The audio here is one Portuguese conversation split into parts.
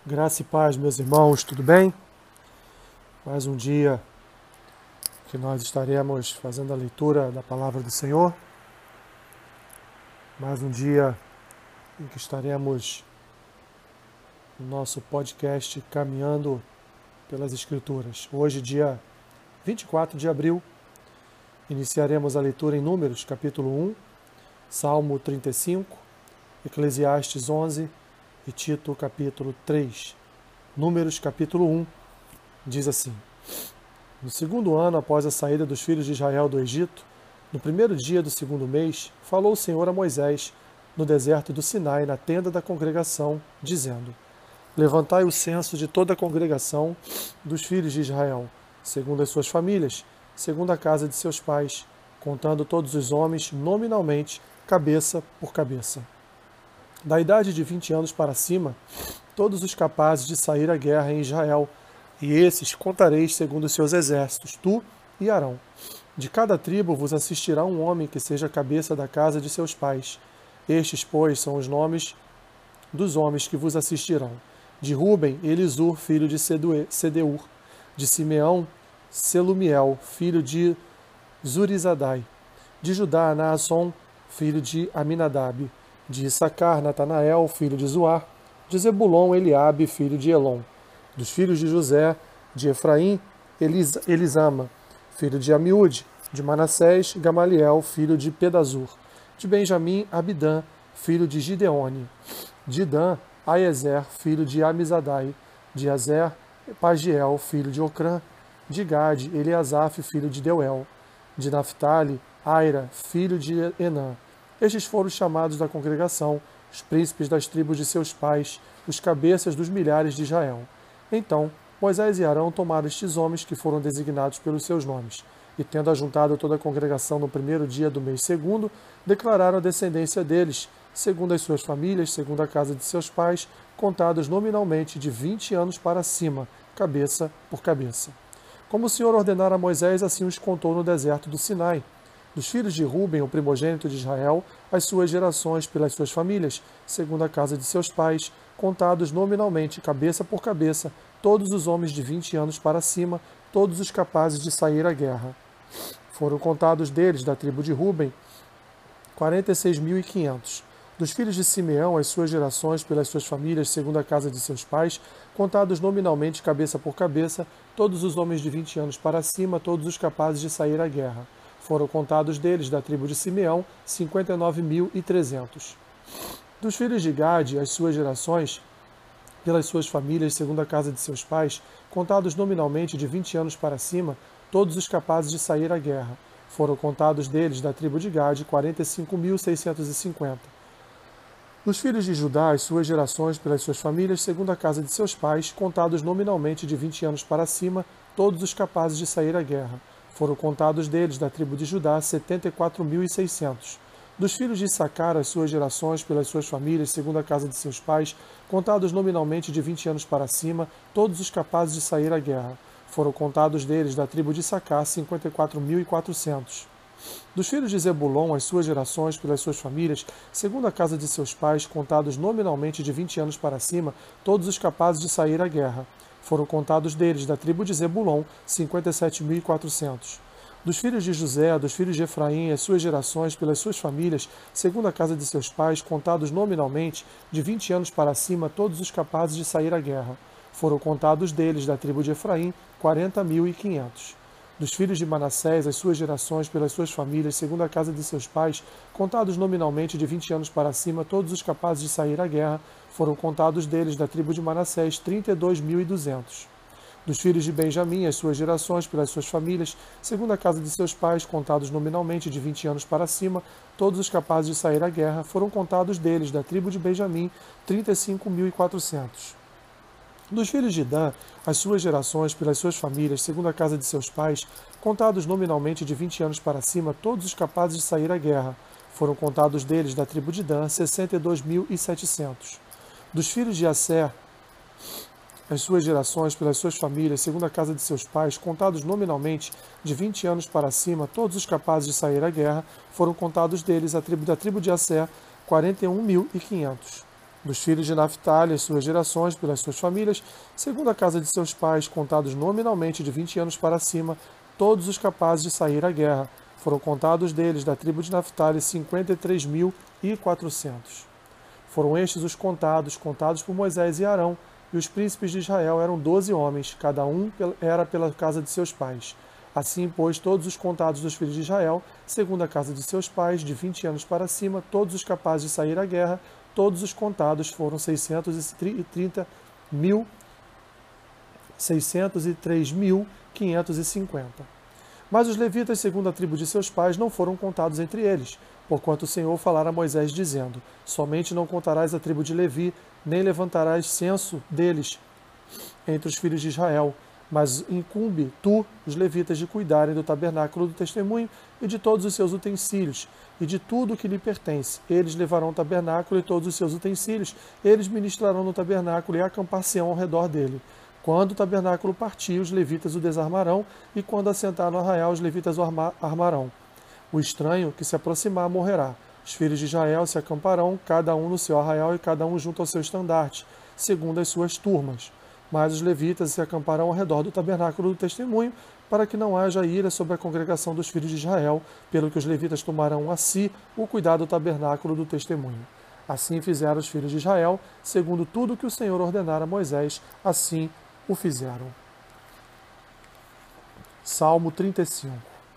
Graça e paz, meus irmãos, tudo bem? Mais um dia que nós estaremos fazendo a leitura da Palavra do Senhor. Mais um dia em que estaremos no nosso podcast caminhando pelas Escrituras. Hoje, dia 24 de abril, iniciaremos a leitura em Números, capítulo 1, Salmo 35, Eclesiastes 11 e Tito, capítulo 3. Números, capítulo 1, diz assim: No segundo ano após a saída dos filhos de Israel do Egito, no primeiro dia do segundo mês, falou o Senhor a Moisés no deserto do Sinai, na tenda da congregação, dizendo: Levantai o censo de toda a congregação dos filhos de Israel, segundo as suas famílias, segundo a casa de seus pais, contando todos os homens nominalmente, cabeça por cabeça. Da idade de 20 anos para cima, todos os capazes de sair à guerra em Israel, e esses contareis segundo os seus exércitos, tu e Arão. De cada tribo vos assistirá um homem que seja cabeça da casa de seus pais. Estes, pois, são os nomes dos homens que vos assistirão. De Ruben, Elisur, filho de Sedeur. De Simeão, Selumiel, filho de Zurizadai. De Judá, Naasson, filho de Aminadab. De Issacar, Natanael, filho de Zuar. De Zebulon, Eliabe, filho de Elon. Dos filhos de José, de Efraim, Elisama, filho de Amiúde. De Manassés, Gamaliel, filho de Pedazur. De Benjamim, Abidã, filho de Gideone. De Dan, Aiezer, filho de Amizadai. De Azer, Pagiel, filho de Ocrã. De Gade, Eliasaf, filho de Deuel. De Naphtali, Aira, filho de Enã. Estes foram os chamados da congregação, os príncipes das tribos de seus pais, os cabeças dos milhares de Israel. Então, Moisés e Arão tomaram estes homens que foram designados pelos seus nomes, e tendo ajuntado toda a congregação no primeiro dia do mês segundo, declararam a descendência deles, segundo as suas famílias, segundo a casa de seus pais, contados nominalmente de 20 anos para cima, cabeça por cabeça. Como o Senhor ordenara a Moisés, assim os contou no deserto do Sinai. Dos filhos de Ruben, o primogênito de Israel, as suas gerações pelas suas famílias, segundo a casa de seus pais, contados nominalmente, cabeça por cabeça, todos os homens de 20 anos para cima, todos os capazes de sair à guerra. Foram contados deles, da tribo de Ruben, 46.500. Dos filhos de Simeão, as suas gerações pelas suas famílias, segundo a casa de seus pais, contados nominalmente, cabeça por cabeça, todos os homens de 20 anos para cima, todos os capazes de sair à guerra. Foram contados deles, da tribo de Simeão, 59.300. Dos filhos de Gade, as suas gerações, pelas suas famílias, segundo a casa de seus pais, contados nominalmente de 20 anos para cima, todos os capazes de sair à guerra. Foram contados deles, da tribo de Gade, 45.650. Dos filhos de Judá, as suas gerações, pelas suas famílias, segundo a casa de seus pais, contados nominalmente de 20 anos para cima, todos os capazes de sair à guerra. Foram contados deles, da tribo de Judá, 74.600. Dos filhos de Issacar, as suas gerações, pelas suas famílias, segundo a casa de seus pais, contados nominalmente de 20 anos para cima, todos os capazes de sair à guerra. Foram contados deles, da tribo de Issacar, 54.400. Dos filhos de Zebulon, as suas gerações, pelas suas famílias, segundo a casa de seus pais, contados nominalmente de 20 anos para cima, todos os capazes de sair à guerra. Foram contados deles, da tribo de Zebulon, 57.400. Dos filhos de José, dos filhos de Efraim, as suas gerações, pelas suas famílias, segundo a casa de seus pais, contados nominalmente, de 20 anos para cima, todos os capazes de sair à guerra. Foram contados deles, da tribo de Efraim, 40.500. Dos filhos de Manassés, as suas gerações, pelas suas famílias, segundo a casa de seus pais, contados nominalmente de 20 anos para cima, todos os capazes de sair à guerra, foram contados deles, da tribo de Manassés, 32.200. Dos filhos de Benjamim, as suas gerações, pelas suas famílias, segundo a casa de seus pais, contados nominalmente de 20 anos para cima, todos os capazes de sair à guerra, foram contados deles, da tribo de Benjamim, 35.400. Dos filhos de Dan, as suas gerações, pelas suas famílias, segundo a casa de seus pais, contados nominalmente de 20 anos para cima, todos os capazes de sair à guerra, foram contados deles, da tribo de Dan, 62.700. Dos filhos de Aser, as suas gerações, pelas suas famílias, segundo a casa de seus pais, contados nominalmente de 20 anos para cima, todos os capazes de sair à guerra, foram contados deles, da tribo de Aser, 41.500. Dos filhos de Naphtali, as suas gerações, pelas suas famílias, segundo a casa de seus pais, contados nominalmente de 20 anos para cima, todos os capazes de sair à guerra. Foram contados deles, da tribo de Naphtali, 53.400. Foram estes os contados por Moisés e Arão, e os príncipes de Israel eram 12 homens, cada um era pela casa de seus pais. Assim, pois, todos os contados dos filhos de Israel, segundo a casa de seus pais, de 20 anos para cima, todos os capazes de sair à guerra, todos os contados foram 603.550. Mas os levitas, segundo a tribo de seus pais, não foram contados entre eles, porquanto o Senhor falara a Moisés, dizendo: somente não contarás a tribo de Levi, nem levantarás censo deles entre os filhos de Israel, mas incumbe tu, os levitas, de cuidarem do tabernáculo do testemunho e de todos os seus utensílios, e de tudo o que lhe pertence. Eles levarão o tabernáculo e todos os seus utensílios, eles ministrarão no tabernáculo e acampar-se-ão ao redor dele. Quando o tabernáculo partir, os levitas o desarmarão, e quando assentar no arraial, os levitas o armarão. O estranho que se aproximar morrerá. Os filhos de Israel se acamparão, cada um no seu arraial e cada um junto ao seu estandarte, segundo as suas turmas. Mas os levitas se acamparão ao redor do tabernáculo do testemunho, para que não haja ira sobre a congregação dos filhos de Israel, pelo que os levitas tomarão a si o cuidado do tabernáculo do testemunho. Assim fizeram os filhos de Israel, segundo tudo que o Senhor ordenara a Moisés, assim o fizeram. Salmo 35.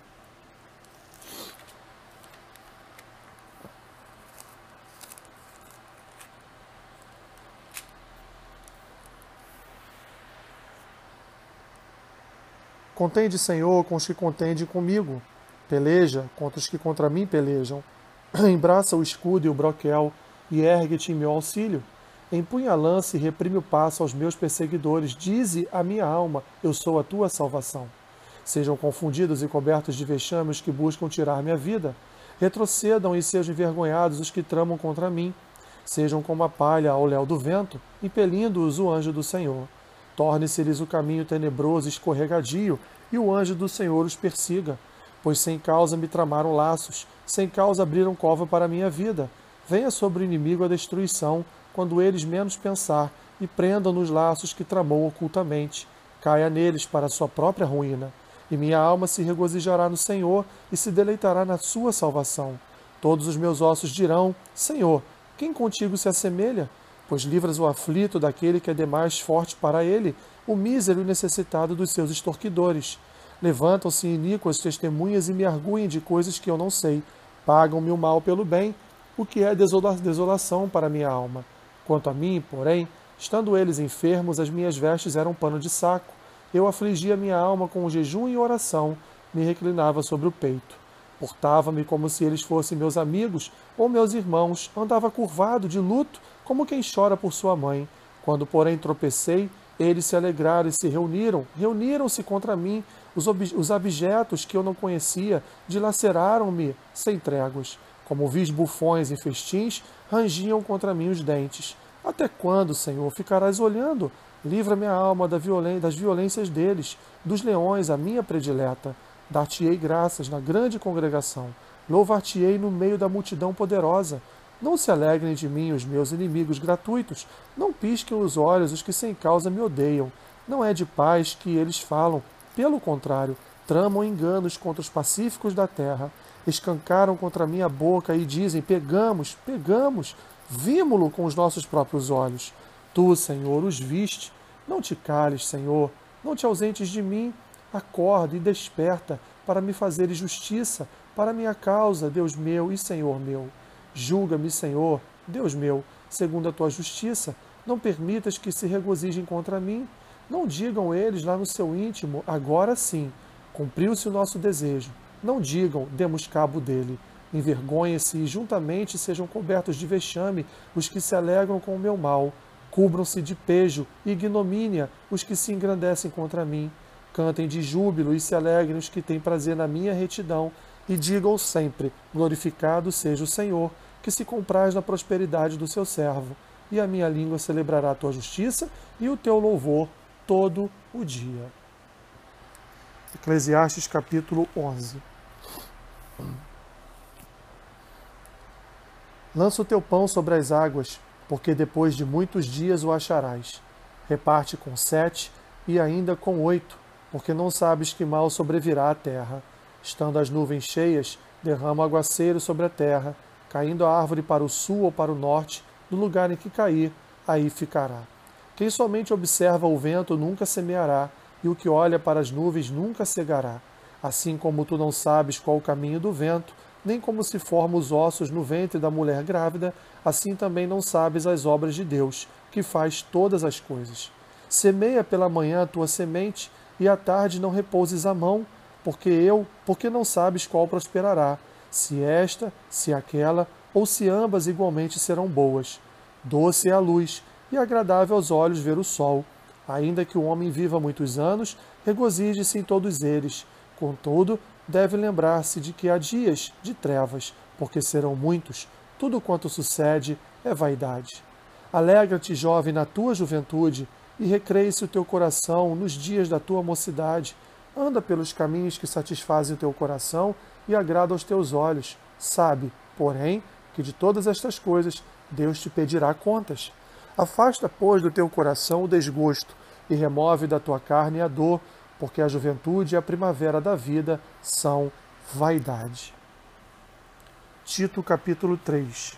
Contende, Senhor, com os que contendem comigo. Peleja contra os que contra mim pelejam. Embraça o escudo e o broquel, e ergue-te em meu auxílio. Empunha a lança e reprime o passo aos meus perseguidores. Dize a minha alma: eu sou a tua salvação. Sejam confundidos e cobertos de vexame os que buscam tirar minha vida. Retrocedam e sejam envergonhados os que tramam contra mim. Sejam como a palha ao léu do vento, impelindo-os o anjo do Senhor. Torne-se-lhes o caminho tenebroso e escorregadio, e o anjo do Senhor os persiga. Pois sem causa me tramaram laços, sem causa abriram cova para a minha vida. Venha sobre o inimigo a destruição, quando eles menos pensar, e prendam nos laços que tramou ocultamente. Caia neles para a sua própria ruína. E minha alma se regozijará no Senhor, e se deleitará na sua salvação. Todos os meus ossos dirão: Senhor, quem contigo se assemelha? Pois livras o aflito daquele que é demais forte para ele, o mísero e necessitado dos seus extorquidores. Levantam-se iníquas testemunhas e me arguem de coisas que eu não sei. Pagam-me o mal pelo bem, o que é desolação para minha alma. Quanto a mim, porém, estando eles enfermos, as minhas vestes eram pano de saco. Eu afligia minha alma com jejum e oração, me reclinava sobre o peito. Portava-me como se eles fossem meus amigos ou meus irmãos, andava curvado de luto, como quem chora por sua mãe. Quando, porém, tropecei, eles se alegraram e se reuniram-se contra mim. Os abjetos que eu não conhecia dilaceraram-me sem tréguas. Como vis bufões e festins, rangiam contra mim os dentes. Até quando, Senhor, ficarás olhando? Livra-me a alma das violências deles, dos leões, a minha predileta. Dar-te-ei graças na grande congregação. Louvar-te-ei no meio da multidão poderosa. Não se alegrem de mim os meus inimigos gratuitos. Não pisquem os olhos os que sem causa me odeiam. Não é de paz que eles falam. Pelo contrário, tramam enganos contra os pacíficos da terra. Escancaram contra mim a boca e dizem: pegamos, vimo-lo com os nossos próprios olhos. Tu, Senhor, os viste. Não te cales, Senhor, não te ausentes de mim. Acorda e desperta para me fazeres justiça, para minha causa, Deus meu e Senhor meu. Julga-me, Senhor, Deus meu, segundo a tua justiça. Não permitas que se regozijem contra mim. Não digam eles lá no seu íntimo: agora sim, cumpriu-se o nosso desejo. Não digam: demos cabo dele. Envergonhem-se e juntamente sejam cobertos de vexame os que se alegram com o meu mal. Cubram-se de pejo e ignomínia os que se engrandecem contra mim. Cantem de júbilo e se alegrem os que têm prazer na minha retidão. E digam sempre: glorificado seja o Senhor, que se compraz na prosperidade do seu servo. E a minha língua celebrará a tua justiça e o teu louvor todo o dia. Eclesiastes capítulo 11. Lança o teu pão sobre as águas, porque depois de muitos dias o acharás. Reparte com 7 e ainda com 8, porque não sabes que mal sobrevirá à terra. Estando as nuvens cheias, derrama aguaceiro sobre a terra, caindo a árvore para o sul ou para o norte, no lugar em que cair, aí ficará. Quem somente observa o vento nunca semeará, e o que olha para as nuvens nunca cegará. Assim como tu não sabes qual o caminho do vento, nem como se formam os ossos no ventre da mulher grávida, assim também não sabes as obras de Deus, que faz todas as coisas. Semeia pela manhã a tua semente, e à tarde não repouses a mão, porque não sabes qual prosperará, se esta, se aquela, ou se ambas igualmente serão boas. Doce é a luz, e agradável aos olhos ver o sol. Ainda que o homem viva muitos anos, regozije-se em todos eles. Contudo, deve lembrar-se de que há dias de trevas, porque serão muitos. Tudo quanto sucede é vaidade. Alegra-te, jovem, na tua juventude, e recreie-se o teu coração nos dias da tua mocidade. Anda pelos caminhos que satisfazem o teu coração e agradam aos teus olhos. Sabe, porém, que de todas estas coisas Deus te pedirá contas. Afasta, pois, do teu coração o desgosto e remove da tua carne a dor, porque a juventude e a primavera da vida são vaidade. Tito, capítulo 3.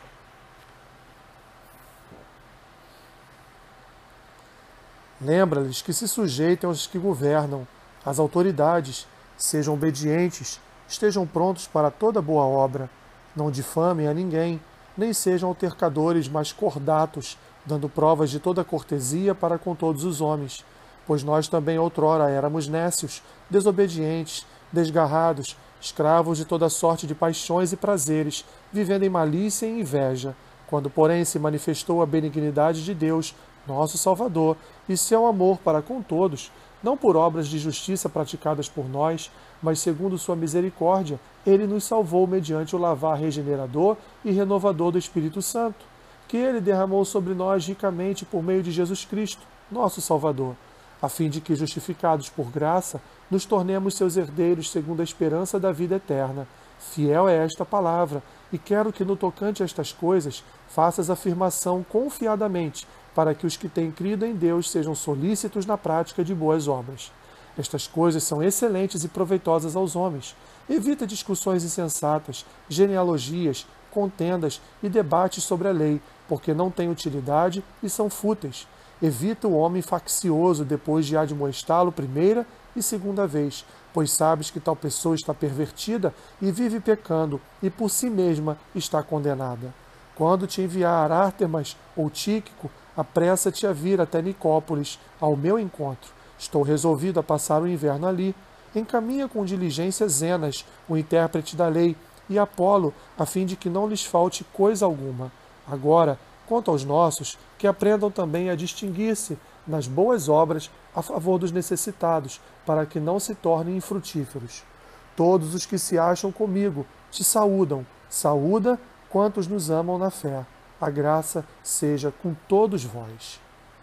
Lembra-lhes que se sujeitem aos que governam, às autoridades, sejam obedientes, estejam prontos para toda boa obra, não difamem a ninguém, nem sejam altercadores, mas cordatos, dando provas de toda cortesia para com todos os homens. Pois nós também outrora éramos nécios, desobedientes, desgarrados, escravos de toda sorte de paixões e prazeres, vivendo em malícia e inveja. Quando, porém, se manifestou a benignidade de Deus, nosso Salvador, e seu amor para com todos, não por obras de justiça praticadas por nós, mas segundo sua misericórdia, ele nos salvou mediante o lavar regenerador e renovador do Espírito Santo, que ele derramou sobre nós ricamente por meio de Jesus Cristo, nosso Salvador, a fim de que, justificados por graça, nos tornemos seus herdeiros segundo a esperança da vida eterna. Fiel é esta palavra, e quero que no tocante a estas coisas faças afirmação confiadamente, para que os que têm crido em Deus sejam solícitos na prática de boas obras. Estas coisas são excelentes e proveitosas aos homens. Evita discussões insensatas, genealogias, contendas e debates sobre a lei, porque não têm utilidade e são fúteis. Evita o homem faccioso depois de admoestá-lo primeira e segunda vez, pois sabes que tal pessoa está pervertida e vive pecando, e por si mesma está condenada. Quando te enviar Ártemas ou Tíquico, apressa-te a vir até Nicópolis, ao meu encontro. Estou resolvido a passar o inverno ali. Encaminha com diligência Zenas, o intérprete da lei, e Apolo, a fim de que não lhes falte coisa alguma. Agora, quanto aos nossos, que aprendam também a distinguir-se nas boas obras a favor dos necessitados, para que não se tornem infrutíferos. Todos os que se acham comigo te saúdam. Saúda quantos nos amam na fé. A graça seja com todos vós.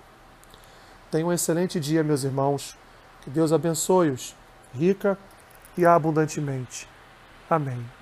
Tenham um excelente dia, meus irmãos. Que Deus abençoe-os, rica e abundantemente. Amém.